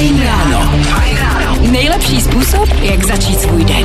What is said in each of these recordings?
Fajn ráno. Nejlepší způsob, jak začít svůj den.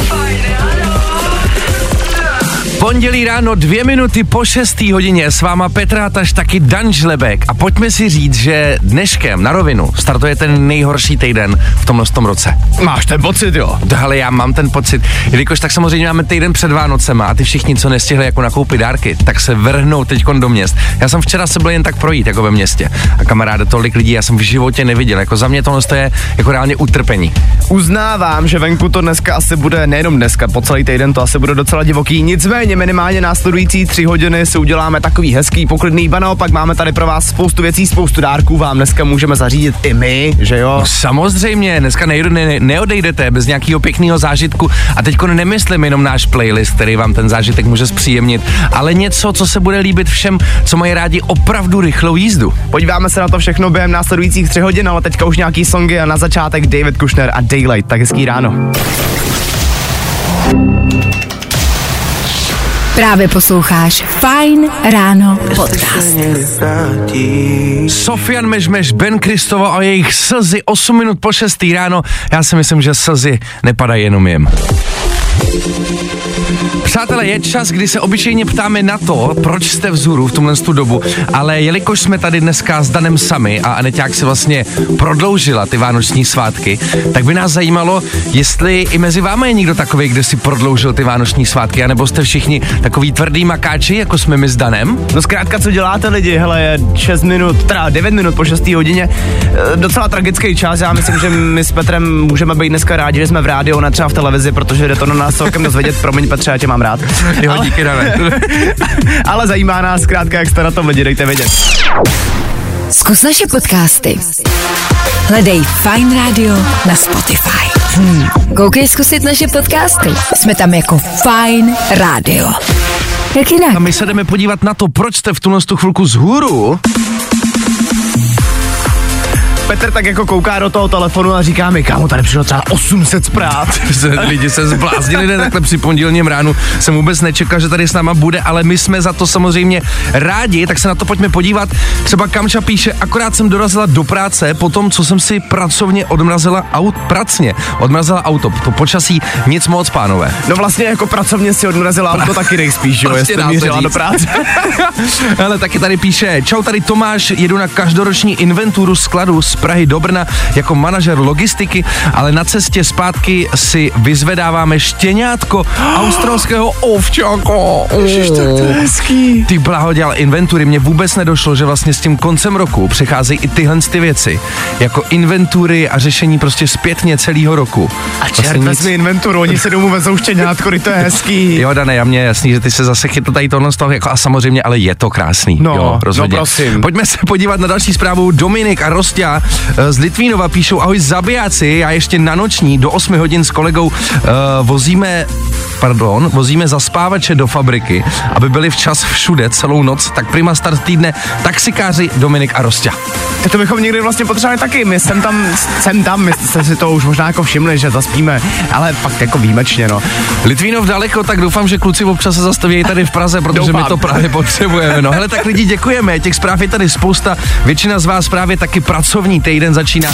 Pondělí ráno 2 minuty po 6. hodině s váma Petr Hataš, taky Dan Žlebek a pojďme si říct, že dneškem na rovinu startuje ten nejhorší týden v tomhle roce. Máš ten pocit, jo? Hele, já mám ten pocit, jelikož tak samozřejmě máme týden před Vánocema a ty všichni, co nestihli jako nakoupit dárky, tak se vrhnou teďkon do měst. Já jsem včera se byl jen tak projít jako ve městě a kamaráde, tolik lidí já jsem v životě neviděl, jako za mě tohle je jako reálně utrpení. Uznávám, že venku to dneska asi bude, nejenom dneska, po celý týden to asi bude docela divoký, nicméně minimálně následující 3 hodiny si uděláme takový hezký, poklidný ba naopak máme tady pro vás spoustu věcí, spoustu dárků, vám dneska můžeme zařídit i my, že jo? No, samozřejmě, dneska neodejdete bez nějakého pěkného zážitku a teďko nemyslím jenom náš playlist, který vám ten zážitek může zpříjemnit, ale něco, co se bude líbit všem, co mají rádi opravdu rychlou jízdu. Podíváme se na to všechno během následujících 3 hodin, ale teďka už nějaký songy a na začátek David Kushner a Daylight, tak hezký ráno. Právě posloucháš Fajn ráno podcast. Sofian Mežmeš, Ben Kristova a jejich slzy 8 minut po 6. ráno. Já si myslím, že slzy nepadají jenom jim. Přátelé, je čas, kdy se obyčejně ptáme na to, proč jste vzhůru v tomhle dobu, ale jelikož jsme tady dneska s Danem sami a Aneťák si vlastně prodloužila ty vánoční svátky, tak by nás zajímalo, jestli i mezi vámi je někdo takový, kdo si prodloužil ty vánoční svátky, anebo jste všichni takový tvrdý makáči, jako jsme my s Danem? No zkrátka, co děláte lidi, hele, je 9 minut po 6. hodině, docela tragický čas, já myslím, že my s Petrem můžeme být dneska rádi, že jsme v rádiu, ne třeba v televizi, protože jde to na nás celkem dozvědět, promiň Petře, já tě mám rád. Jo, díky, Dane. Ale zajímá nás zkrátka, jak jste na tom lidi, dejte vědět. Zkus naše podcasty. Hledej Fajn rádio na Spotify. Koukej zkusit naše podcasty. Jsme tam jako Fajn rádio. Jak jinak? A my se jdeme podívat na to, proč jste v tuhle chvilku vzhůru. Petr tak jako kouká do toho telefonu a říká mi, kámo, tady přišlo třeba 800 zpráv. Lidi se zbláznili, ne, takhle při pondělním ránu jsem vůbec nečekal, že tady s náma bude, ale my jsme za to samozřejmě rádi, tak se na to pojďme podívat. Třeba Kamča píše, akorát jsem dorazila do práce po tom, co jsem si pracovně odmrazila auto. To počasí nic moc, pánové. No vlastně jako pracovně si odmrazila auto taky nejspíš, jo, jestli mířila do práce. Ale taky tady píše, čau, tady Tomáš, jedu na každoroční inventuru skladu z Prahy do Brna jako manažer logistiky, ale na cestě zpátky si vyzvedáváme štěňátko australského ovčáka. Ježiš, tak to je hezký. Ty bláho dělal inventury, mně vůbec nedošlo, že vlastně s tím koncem roku přicházejí i tyhle ty věci, jako inventury a řešení prostě zpětně celého roku. A čert, vezmi inventuru, oni se domů vezou štěňátko, to je hezký. Jo, Dane, já mě jasný, že ty se zase chytl tady tohle z toho, jako a samozřejmě, ale je to krásný. No, jo, rozhodně. No prosím. Pojďme se podívat na další zprávu. Dominik a Rostia z Litvínova píšou, ahoj zabijáci, já ještě na noční do 8 hodin s kolegou vozíme zaspávače do fabriky, aby byli včas všude celou noc, tak prima start týdne, taxikáři Dominik a Rostia. Tak to bychom někdy vlastně potřebovali taky, my jsem tam, my jste si to už možná jako všimli, že zaspíme, ale fakt jako výjimečně, no. Litvínov daleko, tak doufám, že kluci občas se zastaví tady v Praze, protože doufám. My to právě potřebujeme, no. Hele, tak lidi, děkujeme, těch zpráv je tady spousta, většina z vás právě taky pracovní týden začíná.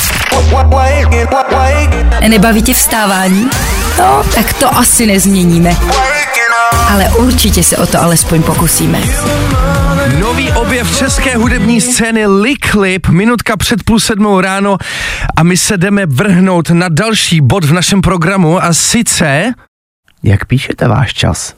Nebaví tě vstávání? No, tak to asi nezměníme. Ale určitě se o to alespoň pokusíme. Nový objev české hudební scény Lick Lip, minutka před 6:30 ráno a my se jdeme vrhnout na další bod v našem programu a sice... Jak píšete váš čas?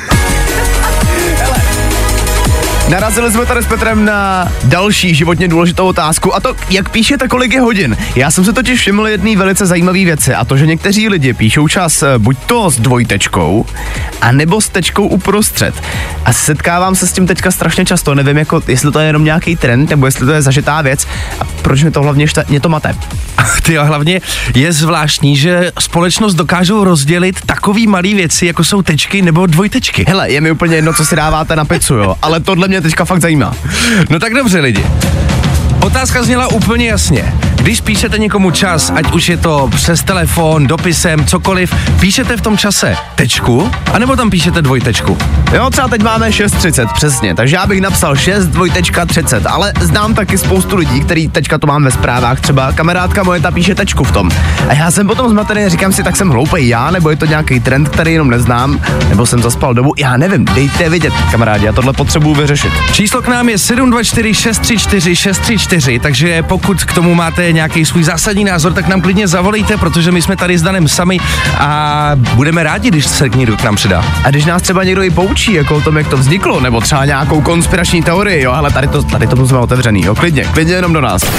Narazili jsme tady s Petrem na další životně důležitou otázku a to, jak píšete, kolik je hodin. Já jsem se totiž všiml jedné velice zajímavé věci a to, že někteří lidi píšou čas buď to s dvojtečkou, anebo s tečkou uprostřed. A setkávám se s tím teďka strašně často, nevím, jako, jestli to je jenom nějaký trend, nebo jestli to je zažitá věc a proč mi to hlavně mě to mate. Ty hlavně je zvláštní, že společnost dokážou rozdělit takový malý věci, jako jsou tečky nebo dvojtečky. Hele, je mi úplně jedno, co si dáváte na pizzu, jo, ale tohle mě teďka fakt zajímá. No tak dobře lidi. Otázka zněla úplně jasně. Když píšete někomu čas, ať už je to přes telefon, dopisem, cokoliv, píšete v tom čase tečku, anebo tam píšete dvojtečku? Jo, třeba teď máme 6:30, přesně, takže já bych napsal 6:30, ale znám taky spoustu lidí, který teďka to mám ve zprávách, třeba kamarádka moje ta píše tečku v tom. A já jsem potom zmatený, říkám si, tak jsem hloupej já, nebo je to nějaký trend, který jenom neznám, nebo jsem zaspal dobu, já nevím, dejte vědět, kamarádi, já tohle potřebuju vyřešit. Číslo k nám je 724 634 634, takže pokud k tomu máte nějaký svůj zásadní názor, tak nám klidně zavolejte, protože my jsme tady s Danem sami a budeme rádi, když se někdo k nám přidá. A když nás třeba někdo i poučí, jako o tom, jak to vzniklo, nebo třeba nějakou konspirační teorii, jo, ale tady to jsme otevřený, jo, klidně jenom do nás.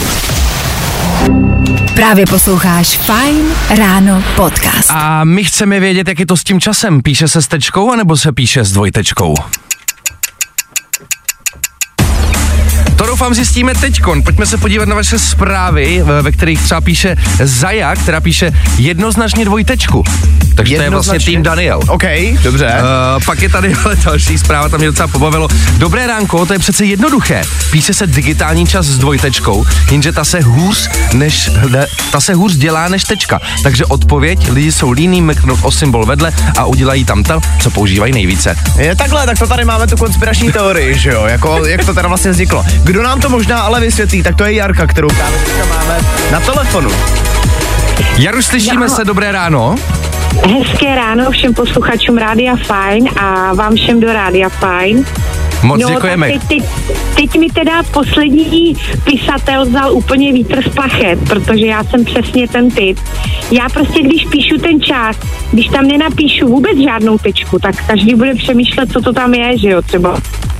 Právě posloucháš Fajn ráno podcast. A my chceme vědět, jak je to s tím časem. Píše se s tečkou, anebo se píše s dvojtečkou? To doufám zjistíme teďkon. Pojďme se podívat na vaše zprávy, ve kterých třeba píše Zaja, která píše jednoznačně dvojtečku. Takže to je vlastně tým Daniel. OK, dobře. Pak je tady další zpráva, tam mě docela pobavilo. Dobré ránko, to je přece jednoduché. Píše se digitální čas s dvojtečkou, jenže ta se hůř dělá než tečka. Takže odpověď, lidi jsou líní mrknout o symbol vedle a udělají tam to, co používají nejvíce. Je takhle, tak to tady máme tu konspirační teorii, že jo, jako, jak to teda vlastně vzniklo. Kdo nám to možná ale vysvětlí, tak to je Jarka, kterou právě máme na telefonu. Jaru, slyšíme se, dobré ráno. Hezké ráno všem posluchačům Rádia Fajn a vám všem do Rádia Fajn. Moc děkujeme. Teď mi teda poslední pisatel vzal úplně vítr z plachet, protože já jsem přesně ten typ. Já prostě, když píšu ten čas, když tam nenapíšu vůbec žádnou tečku, tak každý bude přemýšlet, co to tam je, že jo, třeba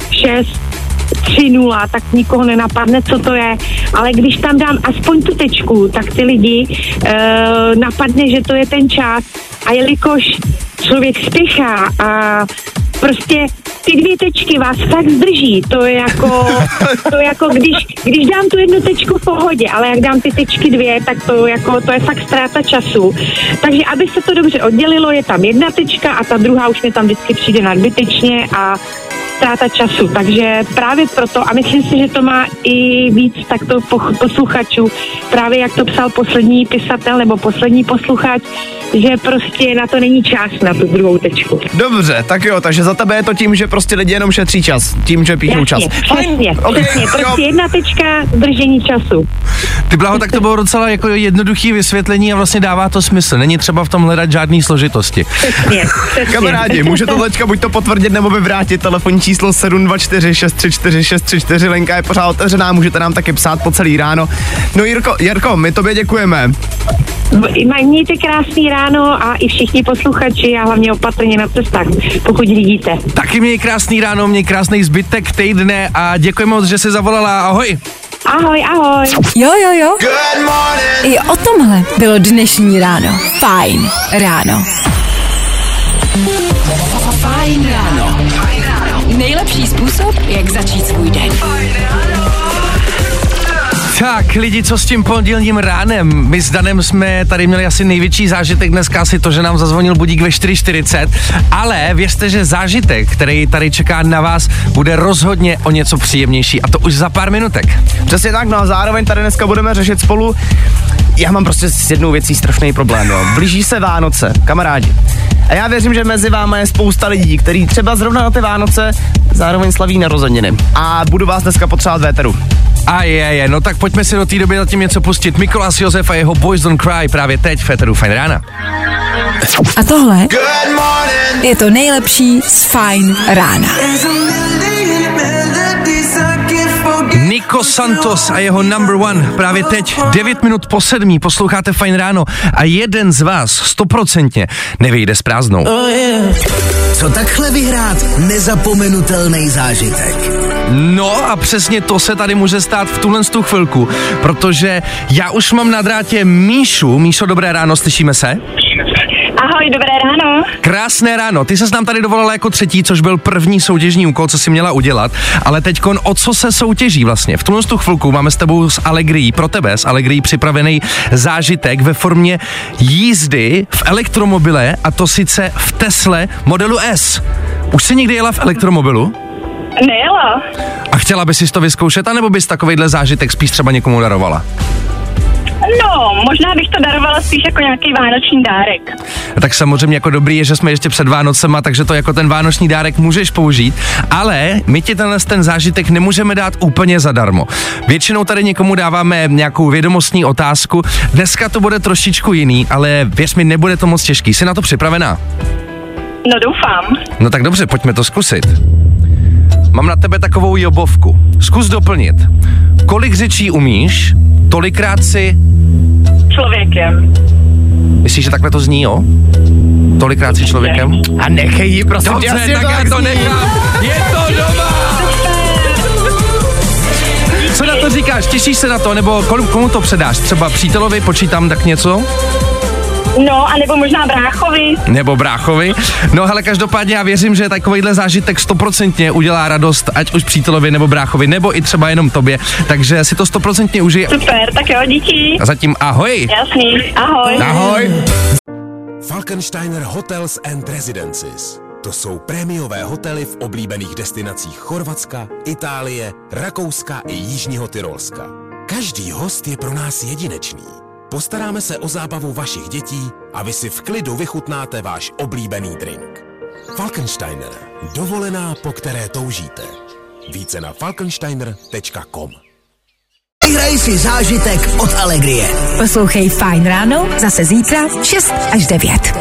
6:30, tak nikoho nenapadne, co to je, ale když tam dám aspoň tu tečku, tak ty lidi napadne, že to je ten čas a jelikož člověk spěchá a prostě ty dvě tečky vás fakt zdrží, to je jako když dám tu jednu tečku v pohodě, ale jak dám ty tečky dvě, tak to je fakt ztráta času. Takže aby se to dobře oddělilo, je tam jedna tečka a ta druhá už mi tam vždycky přijde nadbytečně a ztráta času, takže právě proto, a myslím si, že to má i víc takto posluchačů, právě jak to psal poslední pisatel nebo poslední posluchač, že prostě na to není čas, na tu druhou tečku. Dobře, tak jo, takže za tebe je to tím, že prostě lidi jenom šetří čas, tím, že píšou čas. Přesně, prostě jedna tečka, držení času. Ty Blaho, tak to bylo docela jako jednoduchý vysvětlení a vlastně dává to smysl. Není třeba v tom hledat žádný složitosti. Přesně. Kamarádi, můžete teďka buď to potvrdit nebo vyvrátit, telefonní číslo 724 634 634, linka je pořád otevřená, můžete nám taky psát po celý ráno. No Jarko, my tobě děkujeme. Mějte krásný ráno a i všichni posluchači a hlavně opatrně na cestách, pokud řídíte. Taky měj krásný ráno, měj krásný zbytek týdne a děkujeme moc, že jsi zavolala. Ahoj. Ahoj. Jo. I o tomhle bylo dnešní ráno. Fajn ráno. Fajn ráno. Nejlepší způsob, jak začít svůj den. Tak, lidi, co s tím pondělním ránem? My s Danem jsme tady měli asi největší zážitek dneska, asi to, že nám zazvonil budík ve 4:40, ale věřte, že zážitek, který tady čeká na vás, bude rozhodně o něco příjemnější a to už za pár minutek. Přesně tak, no a zároveň tady dneska budeme řešit spolu. Já mám prostě s jednou věcí strašný problém, jo. Blíží se Vánoce, kamarádi. A já věřím, že mezi váma je spousta lidí, kteří třeba zrovna na ty Vánoce zároveň slaví narozeniny. A budu vás dneska potřebovat v éteru. No tak pojďme si do té doby zatím něco pustit. Mikolas Josef a jeho Boys Don't Cry právě teď v éteru Fajn rána. A tohle je to nejlepší z Fajn rána. Nico Santos a jeho Number One právě teď 9 minut po 7 posloucháte Fajn ráno a jeden z vás 100% nevyjde s prázdnou. Co takhle vyhrát nezapomenutelný zážitek? No a přesně to se tady může stát v tuhle chvilku, protože já už mám na drátě Míšu. Míšo, dobré ráno, slyšíme se? Ahoj, dobré ráno. Krásné ráno, ty ses nám tady dovolala jako třetí, což byl první soutěžní úkol, co jsi měla udělat, ale teďkon o co se soutěží vlastně? V tuhle chvilku máme s tebou s Allegrií, pro tebe s Allegrií připravený zážitek ve formě jízdy v elektromobile a to sice v Tesle modelu S. Už jsi někdy jela v elektromobilu? Nejela. A chtěla bys si to vyzkoušet, anebo bys takovejhle zážitek spíš třeba někomu darovala? No, možná bych to darovala spíš jako nějaký vánoční dárek. Tak samozřejmě jako dobrý je, že jsme ještě před Vánocema, takže to jako ten vánoční dárek můžeš použít, ale my ti ten zážitek nemůžeme dát úplně zadarmo. Většinou tady někomu dáváme nějakou vědomostní otázku, dneska to bude trošičku jiný, ale věř mi, nebude to moc těžký. Jsi na to připravená? No doufám. No tak dobře, pojďme to zkusit. Mám na tebe takovou jobovku. Zkus doplnit. Kolik řečí umíš, tolikrát si... Člověkem. Myslíš, že takhle to zní, jo? Tolikrát si člověkem? A nechej ji, prosím. Dobře, tak já to nechám. Je to doma! Co na to říkáš? Těšíš se na to? Nebo komu to předáš? Třeba přítelovi, počítám tak něco? No, anebo možná bráchovi. Nebo bráchovi. No hele, každopádně já věřím, že takovýhle zážitek 100% udělá radost, ať už přítelovi nebo bráchovi, nebo i třeba jenom tobě. Takže si to 100% užij. Super, tak jo, díky. A zatím ahoj. Jasný, ahoj. Ahoj. Falkensteiner Hotels and Residences. To jsou prémiové hotely v oblíbených destinacích Chorvatska, Itálie, Rakouska i Jižního Tyrolska. Každý host je pro nás jedinečný. Postaráme se o zábavu vašich dětí a vy si v klidu vychutnáte váš oblíbený drink. Falkensteiner. Dovolená, po které toužíte. Více na falkensteiner.com. Vyhraj si zážitek od Allegrie. Poslouchej Fajn ráno zase zítra 6 až 9.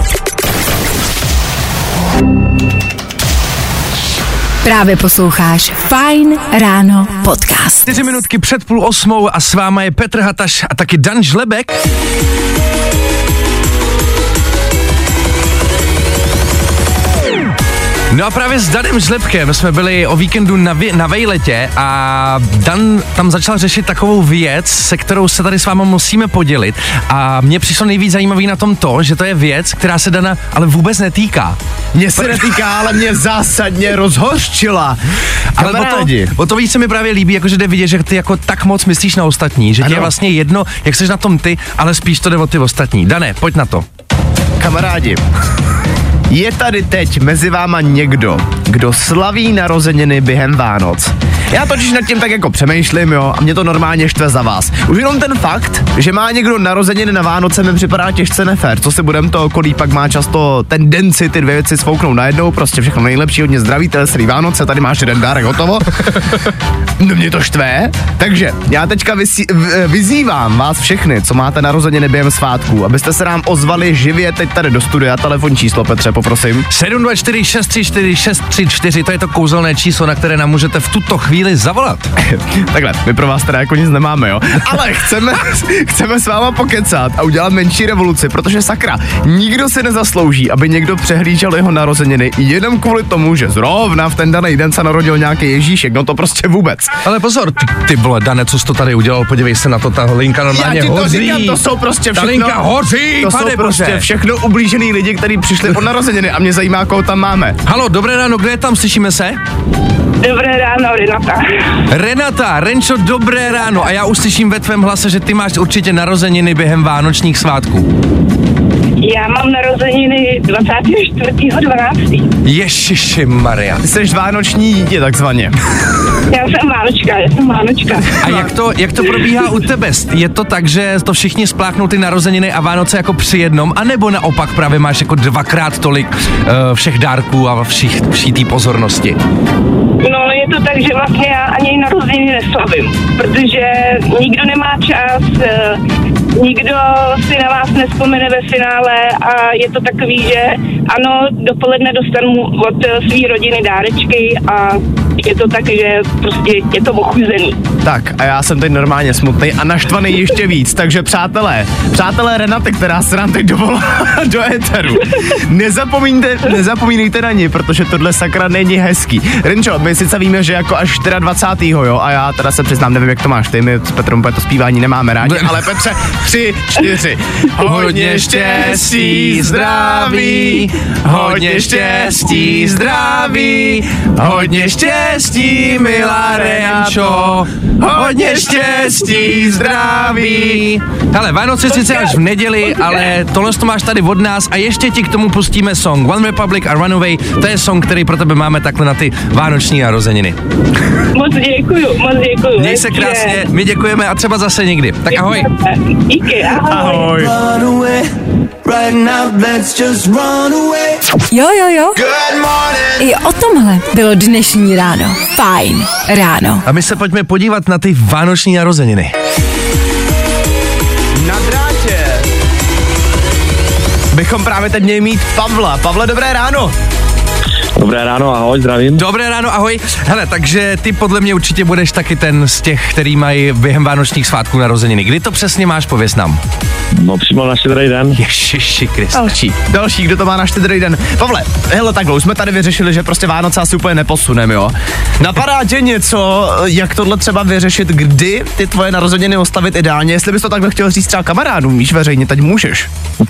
Právě posloucháš Fajn ráno podcast. 4 minutky před 7:30 a s váma je Petr Hataš a taky Dan Žlebek. No a právě s Danem Žlebkem jsme byli o víkendu na vejletě a Dan tam začal řešit takovou věc, se kterou se tady s váma musíme podělit. A mně přišlo nejvíc zajímavý na tom to, že to je věc, která se Dana ale vůbec netýká. Mně se netýká, ale mě zásadně rozhořčila. Ale o to víc se mi právě líbí, jakože jde vidět, že ty jako tak moc myslíš na ostatní, že ti je vlastně jedno, jak jsi na tom ty, ale spíš to jde o ty ostatní. Dane, pojď na to. Kamarádi, je tady teď mezi váma někdo, kdo slaví narozeniny během Vánoc. Já totiž nad tím tak jako přemýšlím, jo, a mě to normálně štve za vás. Už jenom ten fakt, že má někdo narozeniny na Vánoce, mi připadá těžce nefér. Co si budem, to okolí pak má často tendenci ty dvě věci svouknout najednou, prostě všechno nejlepší, hodně zdraví, celý Vánoce, tady máš jeden dárek, hotovo. No mě to štve, takže já teďka vyzývám vás všechny, co máte narozeniny během svátků, abyste se nám ozvali živě teď tady do studia. Telefonní číslo, Petře, poprosím. 724 634 634, to je to kouzelné číslo, na které nám můžete v tuto chvíli zavolat. Takhle, my pro vás teda jako nic nemáme, jo. Ale chceme s váma pokecat a udělat menší revoluci, protože sakra, nikdo si nezaslouží, aby někdo přehlížel jeho narozeniny jenom kvůli tomu, že zrovna v ten daný den se narodil nějaký Ježíšek, no to prostě vůbec. Ale pozor, ty vole, Dane, co jsi to tady udělal, podívej se na to, ta linka normálně hoří. Já ti to říkám, to jsou prostě všechno. Ta linka hoří, to jsou prostě všechno ublížený lidi, kteří přišli po narozeniny a mě zajímá, koho tam máme. Halo, dobré ráno, kde je tam, slyšíme se? Dobré ráno, Renata. Renata, Renčo, dobré ráno. A já už slyším ve tvém hlase, že ty máš určitě narozeniny během vánočních svátků. Já mám narozeniny 24.12. Ježišimaria. Ty jsi vánoční dítě, takzvaně. Já jsem Vánočka. A jak to probíhá u tebe? Je to tak, že to všichni spláchnou ty narozeniny a Vánoce jako při jednom, anebo naopak právě máš jako dvakrát tolik všech dárků a vší té pozornosti? No, je to tak, že vlastně já ani narozeniny neslavím, protože nikdo nemá čas, nikdo si na vás nevzpomene ve finále a je to takový, že ano, dopoledne dostanu od svý rodiny dárečky a je to tak, že prostě je to ochuzený. Tak a já jsem teď normálně smutnej a naštvaný ještě víc, takže přátelé Renaty, která se nám teď dovolá do éteru, nezapomínejte na ní, protože tohle sakra není hezký. Renčo, my sice víme, že jako až 24. jo, a já teda se přiznám, nevím, jak to máš ty, my s Petrem to zpívání nemáme rádi, ale Petře, 3, 4. Hodně štěstí, zdraví, hodně štěstí, zdraví, hodně štěstí, štěstí, milá Reančo, hodně štěstí, zdraví. Hele, Vánoce sice až v neděli, ale tohle to máš tady od nás a ještě ti k tomu pustíme song One Republic a Runaway. To je song, který pro tebe máme takhle na ty vánoční narozeniny. Moc děkuju. Měj se krásně, my děkujeme a třeba zase někdy. Tak ahoj. Díky, ahoj. Jo. I o tomhle bylo dnešní ráno. Fajn ráno. A my se pojďme podívat na ty vánoční narozeniny. Na drátě bychom právě teď měli mít Pavla. Pavle, dobré ráno. Dobré ráno, ahoj, zdravím. Dobré ráno, ahoj. Hele, takže ty podle mě určitě budeš taky ten z těch, který mají během vánočních svátků narozeniny. Kdy to přesně máš, pověz nám. No, přímo na Štědrý den. Ježiši Kriste. Další, kdo to má na Štědrý den. Pavle, hele, takhle, už jsme tady vyřešili, že prostě Vánoce asi úplně neposuneme, jo. Napadá tě něco, jak tohle třeba vyřešit, kdy ty tvoje narozeniny ostavit ideálně, jestli bys to takhle chtěl říct třeba kamarádům, víš, veřejně, teď můžeš.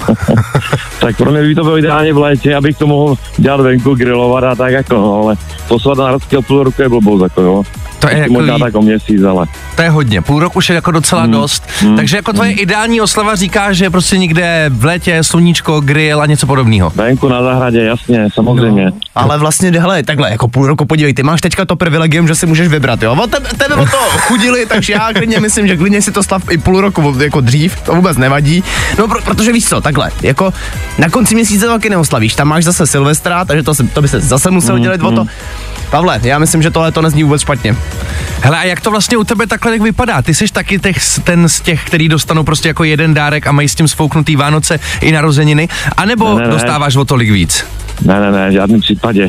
Tak pro mě by to bylo ideálně v létě, abych to mohl dělat venku, grilovat a tak jako, no, ale poslat národský o půl roku je blbouz, jako jo. To je jako možná tak o měsíc, ale. To je hodně, půl roku už je jako docela dost, takže jako tvoje ideální oslava říká, že prostě někde v létě, sluníčko, grill a něco podobného. Venku na zahradě, jasně, samozřejmě. No, ale vlastně, hele, takhle, jako půl roku, podívej, ty máš teďka to privilegium, že si můžeš vybrat, jo. Tebe o to chudili, takže já klidně myslím, že klidně si to stav i půl roku jako dřív, to vůbec nevadí. No, protože víš co, takhle, jako na konci měsíce to taky neoslavíš, tam máš zase Silvestra, takže to by se zase musel dělat o to. Pavle, já myslím, že tohle to nezní vůbec špatně. Hele, a jak to vlastně u tebe takhle tak vypadá? Ty jsi taky ten z těch, který dostanou prostě jako jeden dárek a mají s tím svouknutý Vánoce i narozeniny, anebo ne. Dostáváš o tolik víc? Ne, v žádném případě.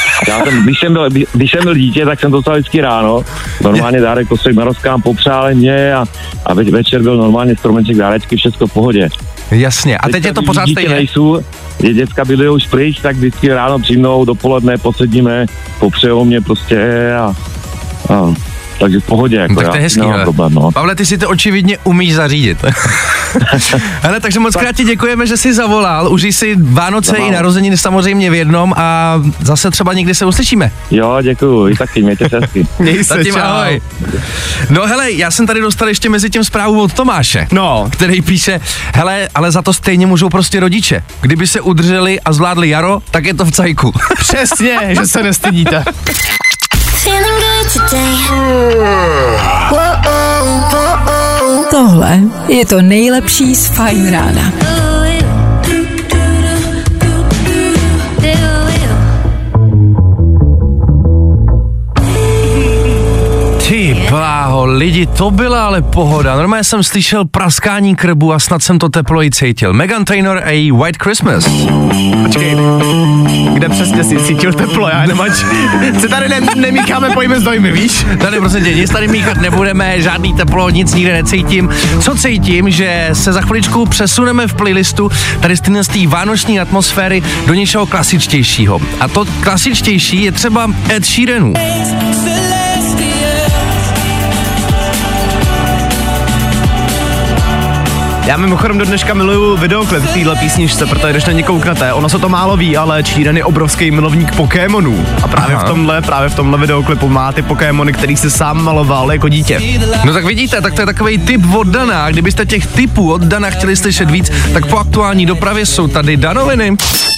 Když jsem byl dítě, tak jsem dostal vždycky ráno. Normálně dárek kostřek na rozkám, popřáli mě a večer byl normálně stromeček, dárečky, všechno v pohodě. Jasně, a teď je to pořád stejné. Nejsou, je děcka byly už pryč, tak vždycky ráno přijmou, dopoledne posedíme, popřejou mě prostě a takže v pohodě. Jako tak to je hezký, problém, no. Pavle, ty si to očividně umíš zařídit. Hele, takže moc krát ti děkujeme, že jsi zavolal, užij si Vánoce i narozeniny samozřejmě v jednom a zase třeba někdy se uslyšíme. Jo, děkuju, i taky, mějte se hezky. Měj se, čau. Ahoj. No hele, já jsem tady dostal ještě mezi tím zprávu od Tomáše, který píše, hele, ale za to stejně můžou prostě rodiče. Kdyby se udrželi a zvládli jaro, tak je to v cajku. Přesně, že se nestydíte. Tohle je to nejlepší z Fajn rána. Ty bláho, lidi, to byla ale pohoda. Normálně jsem slyšel praskání krbu a snad jsem to teplo i cítil. Meghan Trainor a její White Christmas. Počkej, kde přesně si cítil teplo, já jenom ať se tady nemícháme pojmy s dojmy, víš? Tady prostě nic tady míchat nebudeme, žádný teplo, nic nikde necítím. Co cítím, že se za chviličku přesuneme v playlistu tady z té vánoční atmosféry do něčeho klasičtějšího. A to klasičtější je třeba Ed Sheeranů. Já mimochodem do dneška miluju videoklip v téhle písničce, protože když na ně kouknete, ono se to málo ví, ale Sheeran je obrovský milovník Pokémonů. A právě v tomhle videoklipu má ty Pokémony, který si sám maloval jako dítě. No tak vidíte, tak to je takovej tip od Dana. Kdybyste těch tipů od Dana chtěli slyšet víc, tak po aktuální dopravě jsou tady Danoviny.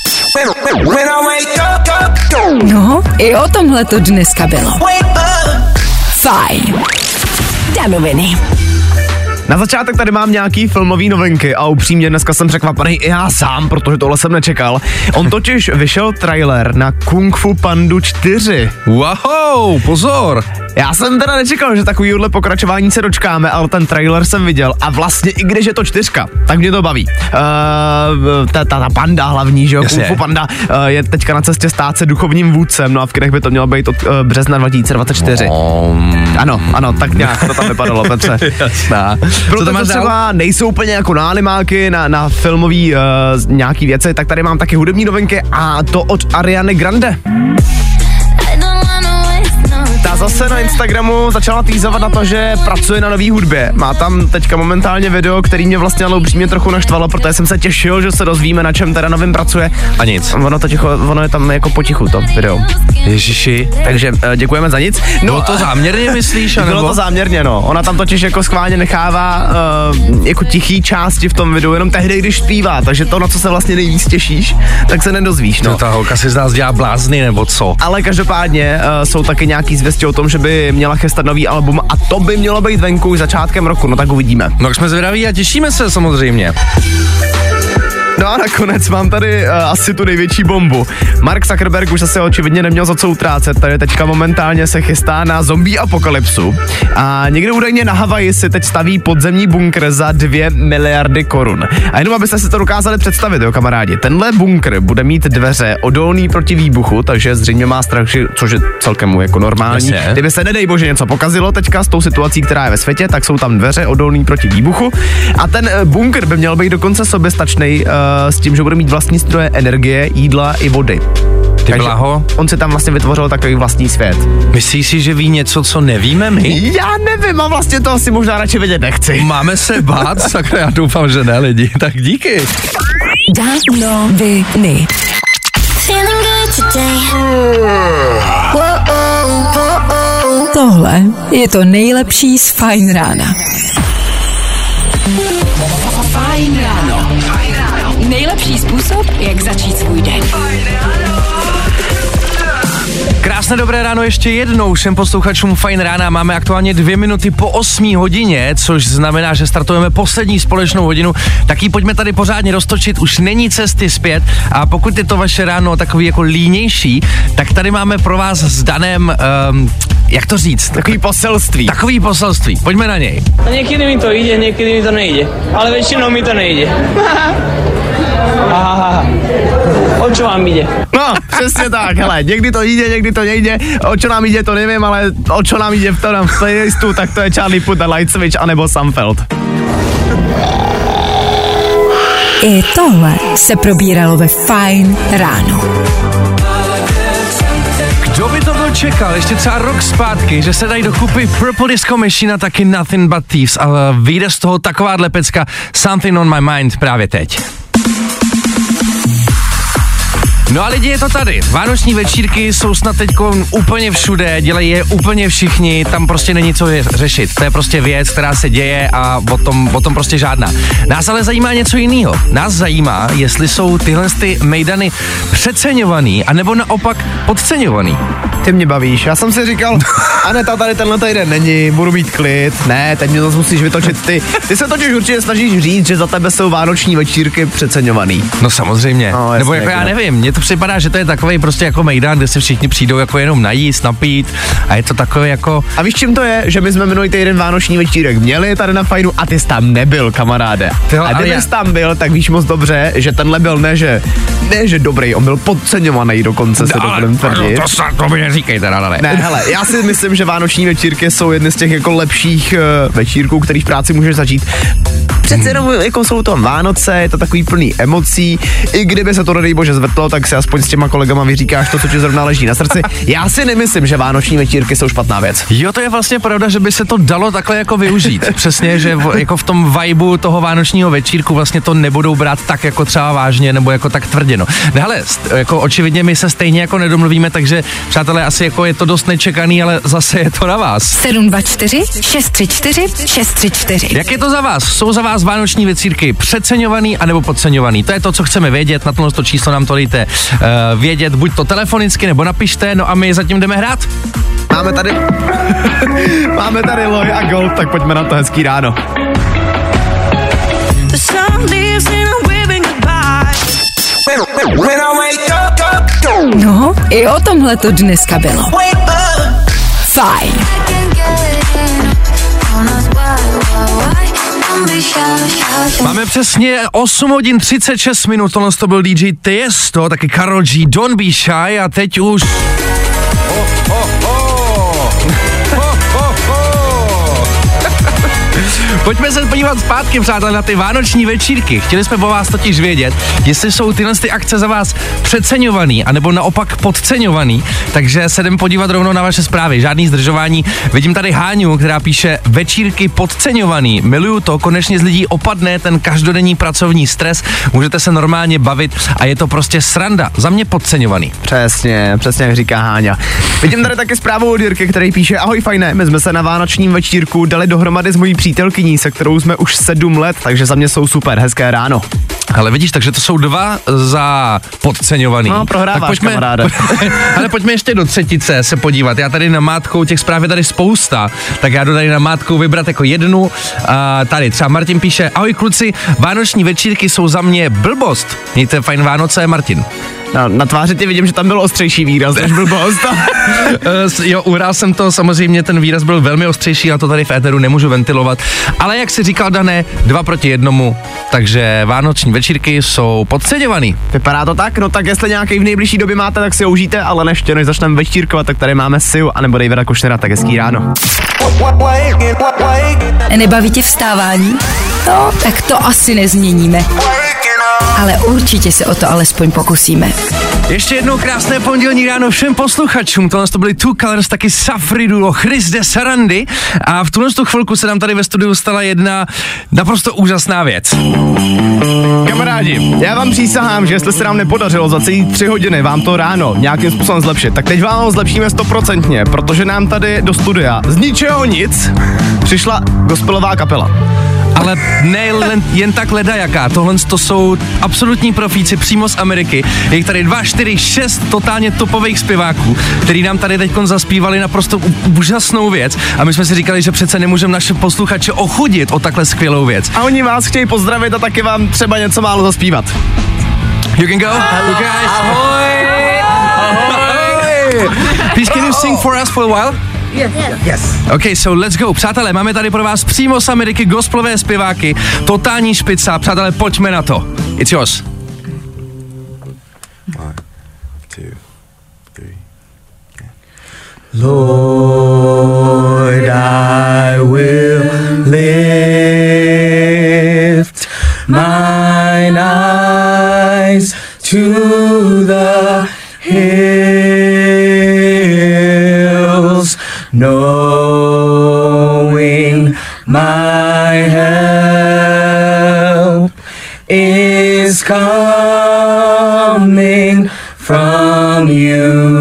No, i o tomhle to dneska bylo. Fajn. Danoviny. Na začátek tady mám nějaký filmový novinky a upřímně dneska jsem překvapený i já sám, protože tohle jsem nečekal. On totiž vyšel trailer na Kung Fu Pandu 4. Wow, pozor! Já jsem teda nečekal, že takovýhle pokračování se dočkáme, ale ten trailer jsem viděl a vlastně i když je to 4, tak mě to baví. Ta panda hlavní, že jo, Kung Fu Panda je teďka na cestě stát se duchovním vůdcem, no a v kinech by to mělo být od března 2024. Ano, tak nějak to tam vypadalo, Petře. Jasná. Proto to třeba nejsou úplně jako na animáky, na filmový nějaký věci, tak tady mám taky hudební novinky a to od Ariany Grande. Ta zase na Instagramu začala týzovat na to, že pracuje na nový hudbě. Má tam teďka momentálně video, který mě vlastně ale upřímně trochu naštvalo, protože jsem se těšil, že se dozvíme, na čem teda novým pracuje. A nic. Ono je tam jako potichu to video. Ježiši. Takže děkujeme za nic. Bylo to záměrně, myslíš? Anebo? Bylo to záměrně, no. Ona tam totiž jako schválně nechává jako tichý části v tom videu, jenom tehdy, když zpívá, takže to, na co se vlastně nejvíc těšíš, tak se nedozvíš, no. Ta holka si z nás dělá blázny, nebo co? Ale každopádně jsou taky nějaký zvěsti o tom, že by měla chystat nový album a to by mělo být venku už začátkem roku, no tak uvidíme. No, jsme zvědaví a těšíme se samozřejmě. No a nakonec mám tady asi tu největší bombu. Mark Zuckerberg už asi očividně neměl za co utrácet, tady teďka momentálně se chystá na zombie apokalypsu a někde údajně na Havaji si teď staví podzemní bunkr za 2 miliardy korun. A jenom abyste si to dokázali představit, jo kamarádi, tenhle bunkr bude mít dveře odolný proti výbuchu, takže zřejmě má strach, což je celkem jako normální. Jasně. Kdyby se nedej bože něco pokazilo teďka s tou situací, která je ve světě, tak jsou tam dveře odolný proti výbuchu a ten bunkr by měl být dokonce soběstačnej s tím, že bude mít vlastní zdroje energie, jídla i vody. Ty blaho. On si tam vlastně vytvořil takový vlastní svět. Myslíš si, že ví něco, co nevíme my? Já nevím a vlastně to asi možná radši vědět nechci. Máme se bát? Sakra, já doufám, že ne, lidi. Tak díky. Danoviny. Tohle je to nejlepší z Fajn rána. Fajn ráno. Nejlepší způsob, jak začít svůj den. Krásné dobré ráno ještě jednou všem posluchačům Fajn rána. Máme aktuálně 2 minuty po 8 hodině, což znamená, že startujeme poslední společnou hodinu. Tak ji pojďme tady pořádně roztočit, už není cesty zpět a pokud je to vaše ráno takový jako línější, tak tady máme pro vás s Danem, jak to říct? Takový poselství. Pojďme na něj. A někdy mi to jde, někdy mi to nejde. Ale většinou mi to nejde. Aha. O čo vám jde? No, přesně tak, hele, někdy to jde, někdy to nejde, o čo nám jde, to nevím, ale o čo nám jde v tom playlistu, tak to je Charlie Puth a Light Switch anebo Sumfeld. I tohle se probíralo ve Fajn ráno. Kdo by to byl čekal, ještě třeba rok zpátky, že se dají dokupy Purple Disco Machine a taky Nothing But Thieves a vyjde z toho takováhle pecka Something on My Mind právě teď. No a lidi, je to tady. Vánoční večírky jsou snad teďko úplně všude, dělají je úplně všichni, tam prostě není co řešit. To je prostě věc, která se děje a o tom prostě žádná. Nás ale zajímá něco jiného. Nás zajímá, jestli jsou tyhle mejdany přeceňovaný, anebo naopak podceňovaný. Ty mě bavíš, já jsem si říkal, Aneta tady tenhle týden není, budu mít klid. Ne, teď mě zase musíš vytočit ty. Ty se totiž určitě snažíš říct, že za tebe jsou vánoční večírky přeceňovaný. No samozřejmě, no, nebo jako já nevím, mně to připadá, že to je takovej prostě jako mejdan, kde se všichni přijdou jako jenom najíst, napít a je to takové jako... A víš čím to je? Že my jsme minulý týden vánoční večírek měli tady na Fajnu a ty jsi tam nebyl, kamaráde. A kdyby jsi tam byl, tak víš moc dobře, že tenhle byl ne, že dobrý, on byl podceňovaný dokonce, se dovolím tvrdit. To mi neříkej teda, ale. Ne, hele, já si myslím, že vánoční večírky jsou jedny z těch jako lepších večírků, který v práci můžeš zažít. Přece jenom jako jsou to Vánoce, je to takový plný emocí, i kdyby se to nedej bože zvrtlo, tak si aspoň s těma kolegama vyříkáš to, co ti zrovna leží na srdci. Já si nemyslím, že vánoční večírky jsou špatná věc. Jo, to je vlastně pravda, že by se to dalo takhle jako využít. Přesně, že jako v tom vibu toho vánočního večírku vlastně to nebudou brát tak jako třeba vážně nebo jako tak tvrdě. No hele, jako očividně my se stejně jako nedomluvíme, takže přátelé, asi jako je to dost nečekaný, ale zase je to na vás. 724 634 634. Jak je to za vás? Jsou za vás vánoční večírky přeceňovaný anebo podceňovaný? To je to, co chceme vědět, na tohle číslo nám to dejte vědět, buď to telefonicky nebo napište, no a my zatím jdeme hrát. Máme tady Loj a Gold, tak pojďme na to, hezký ráno. No, i o tomhle to dneska bylo. Fajn. Máme přesně 8 hodin 36 minut, tohle to byl DJ Tiesto, taky Karol G, Don't Be Shy a teď už... Pojďme se podívat zpátky, přátelé, na ty vánoční večírky. Chtěli jsme po vás totiž vědět, jestli jsou tyhle ty akce za vás přeceňovaný, anebo naopak podceňovaný. Takže se jdem podívat rovnou na vaše zprávy. Žádný zdržování. Vidím tady Háňu, která píše večírky podceňovaný. Miluju to, konečně z lidí opadne ten každodenní pracovní stres. Můžete se normálně bavit a je to prostě sranda. Za mě podceňovaný. Přesně jak říká Háňa. Vidím tady taky zprávu od Jirky, který píše: ahoj fajné, my jsme se na vánočním večírku dali dohromady s mojí přítelkyní, se kterou jsme už 7 let, takže za mě jsou super, hezké ráno. Ale vidíš, takže to jsou 2 za podceňovaný. No, prohráváš, kamaráde. Ale pojďme ještě do třetice se podívat. Já tady namátkou, těch zpráv je tady spousta, tak já jdu tady namátkou vybrat jako jednu. Tady třeba Martin píše: ahoj kluci, vánoční večírky jsou za mě blbost. Mějte fajn Vánoce, Martin. No, na tváři ty vidím, že tam byl ostřejší výraz než blbost. Jo, uhrál jsem to, samozřejmě ten výraz byl velmi ostřejší, a to tady v éteru nemůžu ventilovat. Ale jak jsi říkal, Dané, 2 proti 1, takže vánoční večírky jsou podceňovaný. Vypadá to tak? No tak jestli nějaký v nejbližší době máte, tak si ho užijte, ale než začneme večírkovat, tak tady máme Siu anebo Davida Kušnera, tak hezký ráno. Nebaví tě vstávání? No, tak to asi nezměníme. Ale určitě se o to alespoň pokusíme. Ještě jednou krásné pondělní ráno všem posluchačům. Tohle to byly Two Colors, taky Safridulo, Chris de Sarandi. A v tuhle chvilku se nám tady ve studiu stala jedna naprosto úžasná věc. Kamarádi, já vám přísahám, že jestli se nám nepodařilo za celý 3 hodiny vám to ráno nějakým způsobem zlepšit, tak teď vám ho zlepšíme 100%, protože nám tady do studia z ničeho nic přišla gospelová kapela. Ale ne jen tak ledajaká, tohle to jsou absolutní profíci přímo z Ameriky. Je jich tady 2, 4, 6 totálně topových zpěváků, který nám tady teďkon zaspívali naprosto úžasnou věc a my jsme si říkali, že přece nemůžeme naše posluchače ochudit o takhle skvělou věc. A oni vás chtějí pozdravit a taky vám třeba něco málo zaspívat. You can go. You guys. Ahoy. Ahoy. Please can you sing for us for a while? Yes. Okay, so let's go. Přátelé, máme tady pro vás přímo z Ameriky gospelové zpěváky, totální špica. Přátelé, pojďme na to. It's yours. 1, 2, 3. Lord, I will lift mine eyes to the hills, knowing my help is coming from you.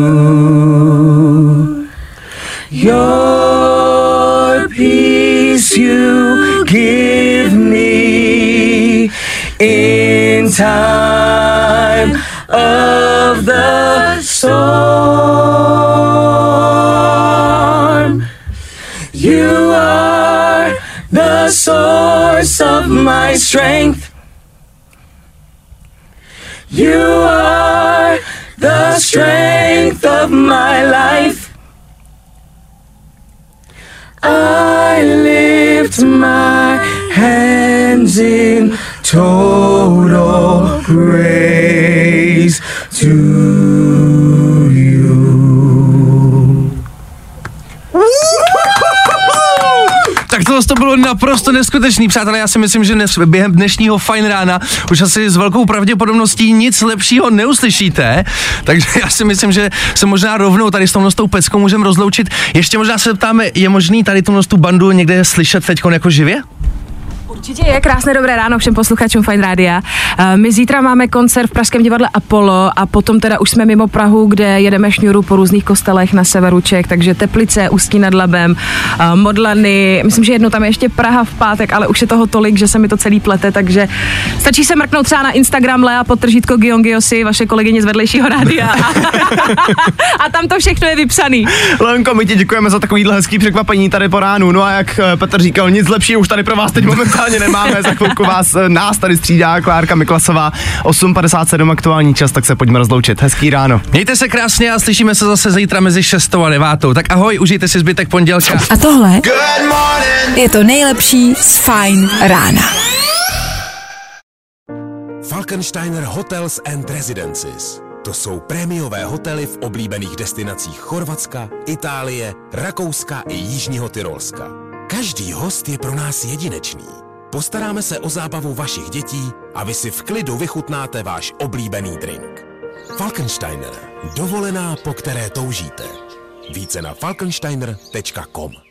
Your peace you give me in time of the storm. You are the source of my strength. You are the strength of my life. I lift my hands in total praise to you. Tak to bylo naprosto neskutečný, přátelé. Já si myslím, že během dnešního fajn rána už asi s velkou pravděpodobností nic lepšího neuslyšíte. Takže já si myslím, že se možná rovnou tady s tou peckou můžeme rozloučit. Ještě možná se ptáme, je možný tady tu bandu někde slyšet teďkon jako živě? Určitě je. Krásné dobré ráno všem posluchačům Fajn rádia. My zítra máme koncert v pražském divadle Apollo a potom teda už jsme mimo Prahu, kde jedeme šňůru po různých kostelech na severu Čech, takže Teplice, Ústí nad Labem, Modlany, myslím, že jednou tam je ještě Praha v pátek, ale už je toho tolik, že se mi to celý plete, takže stačí se mrknout třeba na Instagram Lea_Gion Giosi, vaše kolegyně z vedlejšího rádia. A tam to všechno je vypsaný. Lenko, my ti děkujeme za takovýhle hezký překvapení tady po ránu. No a jak Petr říkal, nic lepšího už tady pro vás teď momentálně nemáme. Za chvilku nás tady střídá Klárka Miklasová. 8:57 aktuální čas, tak se pojďme rozloučit. Hezký ráno. Mějte se krásně a slyšíme se zase zítra mezi 6 a 9. Tak ahoj, užijte si zbytek pondělka. A tohle je to nejlepší z Fajn rána. Falkensteiner Hotels and Residences. To jsou prémiové hotely v oblíbených destinacích Chorvatska, Itálie, Rakouska i Jižního Tyrolska. Každý host je pro nás jedinečný. Postaráme se o zábavu vašich dětí a vy si v klidu vychutnáte váš oblíbený drink. Falkensteiner. Dovolená, po které toužíte. Více na falkensteiner.com.